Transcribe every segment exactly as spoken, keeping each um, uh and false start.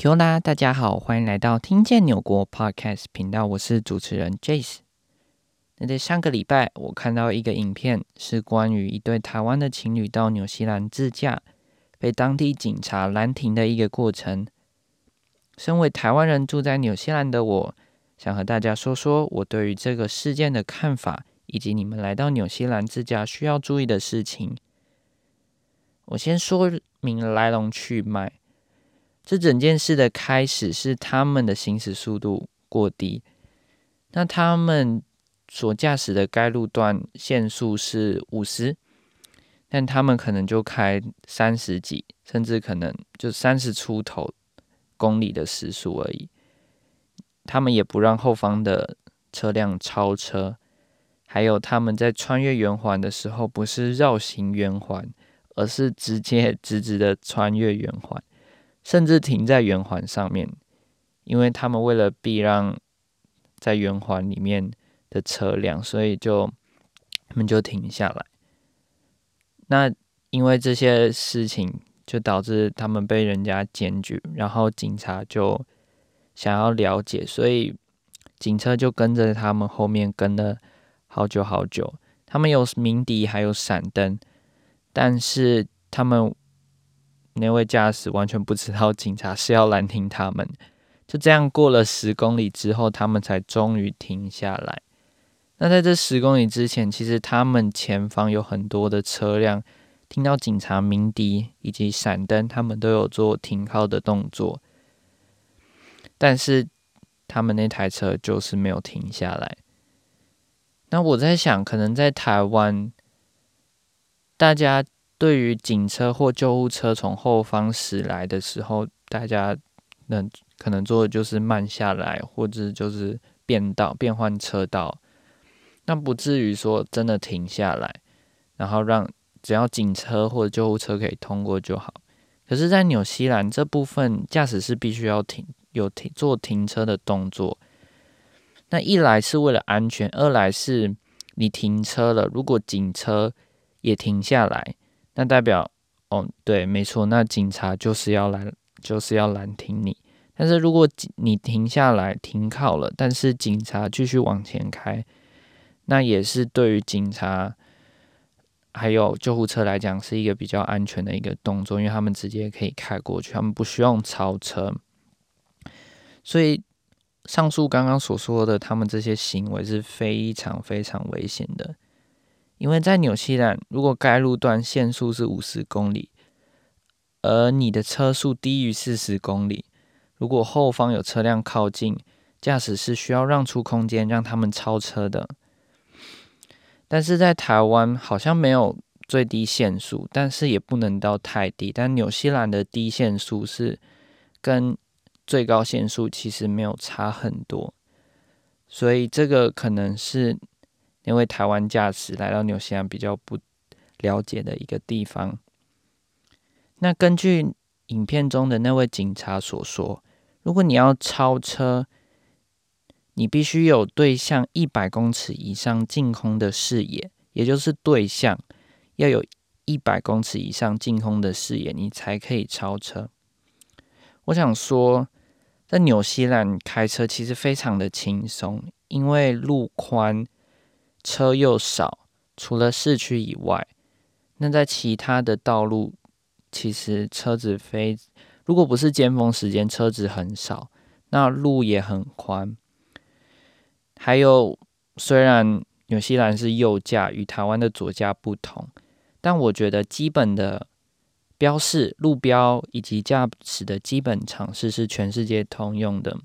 Q 啦，大家好，欢迎来到听见纽国 Podcast 频道，我是主持人 Jace。那在上个礼拜，我看到一个影片，是关于一对台湾的情侣到纽西兰自驾，被当地警察拦停的一个过程。身为台湾人住在纽西兰的我，想和大家说说我对于这个事件的看法，以及你们来到纽西兰自驾需要注意的事情。我先说明来龙去脉。这整件事的开始是他们的行驶速度过低，那他们所驾驶的该路段限速是五十，但他们可能就开三十几，甚至可能就三十出头公里的时速而已。他们也不让后方的车辆超车，还有他们在穿越圆环的时候，不是绕行圆环，而是直接直直的穿越圆环。甚至停在圆环上面，因为他们为了避让在圆环里面的车辆，所以就他们就停下来。那因为这些事情，就导致他们被人家检举，然后警察就想要了解，所以警车就跟着他们后面跟了好久好久。他们有鸣笛，还有闪灯，但是他们那位驾驶完全不知道警察是要拦停他们，就这样过了十公里之后，他们才终于停下来。那在这十公里之前，其实他们前方有很多的车辆，听到警察鸣笛以及闪灯，他们都有做停靠的动作，但是他们那台车就是没有停下来。那我在想，可能在台湾，大家对于警车或救护车从后方驶来的时候，大家能可能做的就是慢下来，或者就是变道、变换车道，那不至于说真的停下来，然后让只要警车或者救护车可以通过就好。可是，在纽西兰这部分，驾驶是必须要停有停做停车的动作。那一来是为了安全，二来是你停车了，如果警车也停下来，那代表哦，对，没错，那警察就是要拦，就是要拦停你。但是如果你停下来停靠了，但是警察继续往前开，那也是对于警察还有救护车来讲是一个比较安全的一个动作，因为他们直接可以开过去，他们不需要超车。所以上述刚刚所说的，他们这些行为是非常非常危险的。因为在纽西兰，如果该路段限速是五十公里，而你的车速低于四十公里，如果后方有车辆靠近，驾驶是需要让出空间让他们超车的。但是在台湾好像没有最低限速，但是也不能到太低。但纽西兰的低限速是跟最高限速其实没有差很多，所以这个可能是那位台湾驾驶来到纽西兰比较不了解的一个地方。那根据影片中的那位警察所说，如果你要超车，你必须有对向一百公尺以上净空的视野，也就是对向要有一百公尺以上净空的视野，你才可以超车。我想说，在纽西兰开车其实非常的轻松，因为路宽，车又少，除了市区以外，那在其他的道路，其实车子非如果不是尖峰时间，车子很少，那路也很宽。还有，虽然纽西兰是右驾，与台湾的左驾不同，但我觉得基本的标示、路标以及驾驶的基本常识是全世界通用的。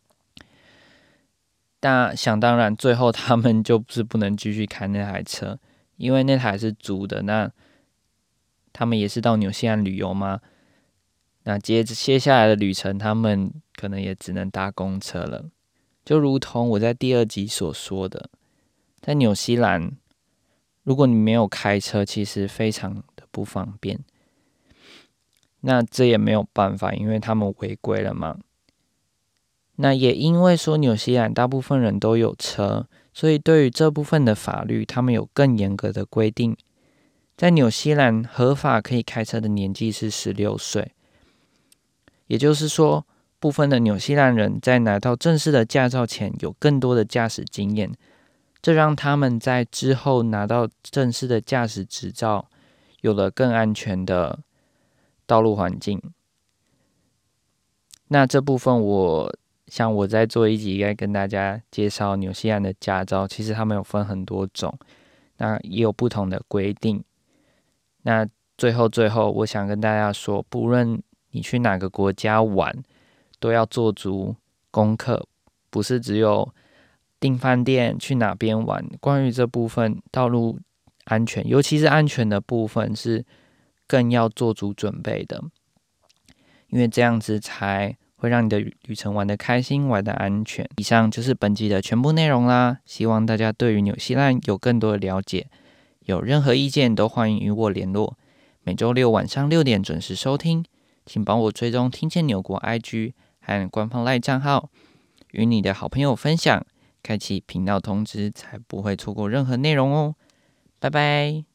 但想当然，最后他们就是不能继续开那台车，因为那台是租的。那他们也是到纽西兰旅游嘛，那接接下来的旅程，他们可能也只能搭公车了。就如同我在第二集所说的，在纽西兰，如果你没有开车，其实非常的不方便。那这也没有办法，因为他们违规了嘛。那也因为说纽西兰大部分人都有车，所以对于这部分的法律，他们有更严格的规定。在纽西兰合法可以开车的年纪是十六岁，也就是说， 部分的纽西兰人在拿到正式的驾照前有更多的驾驶经验，这让他们在之后拿到正式的驾驶执照有了更安全的道路环境。那这部分我像我在做一集应该跟大家介绍纽西兰的驾照，其实他们有分很多种，那也有不同的规定。那最后最后我想跟大家说，不论你去哪个国家玩，都要做足功课，不是只有订饭店去哪边玩。关于这部分道路安全，尤其是安全的部分，是更要做足准备的，因为这样子才会让你的旅程玩得开心，玩得安全。以上就是本集的全部内容啦，希望大家对于纽西兰有更多的了解。有任何意见都欢迎与我联络。每周六晚上六点准时收听，请帮我追踪听见纽国 I G 和官方 LINE 账号，与你的好朋友分享，开启频道通知，才不会错过任何内容哦。拜拜。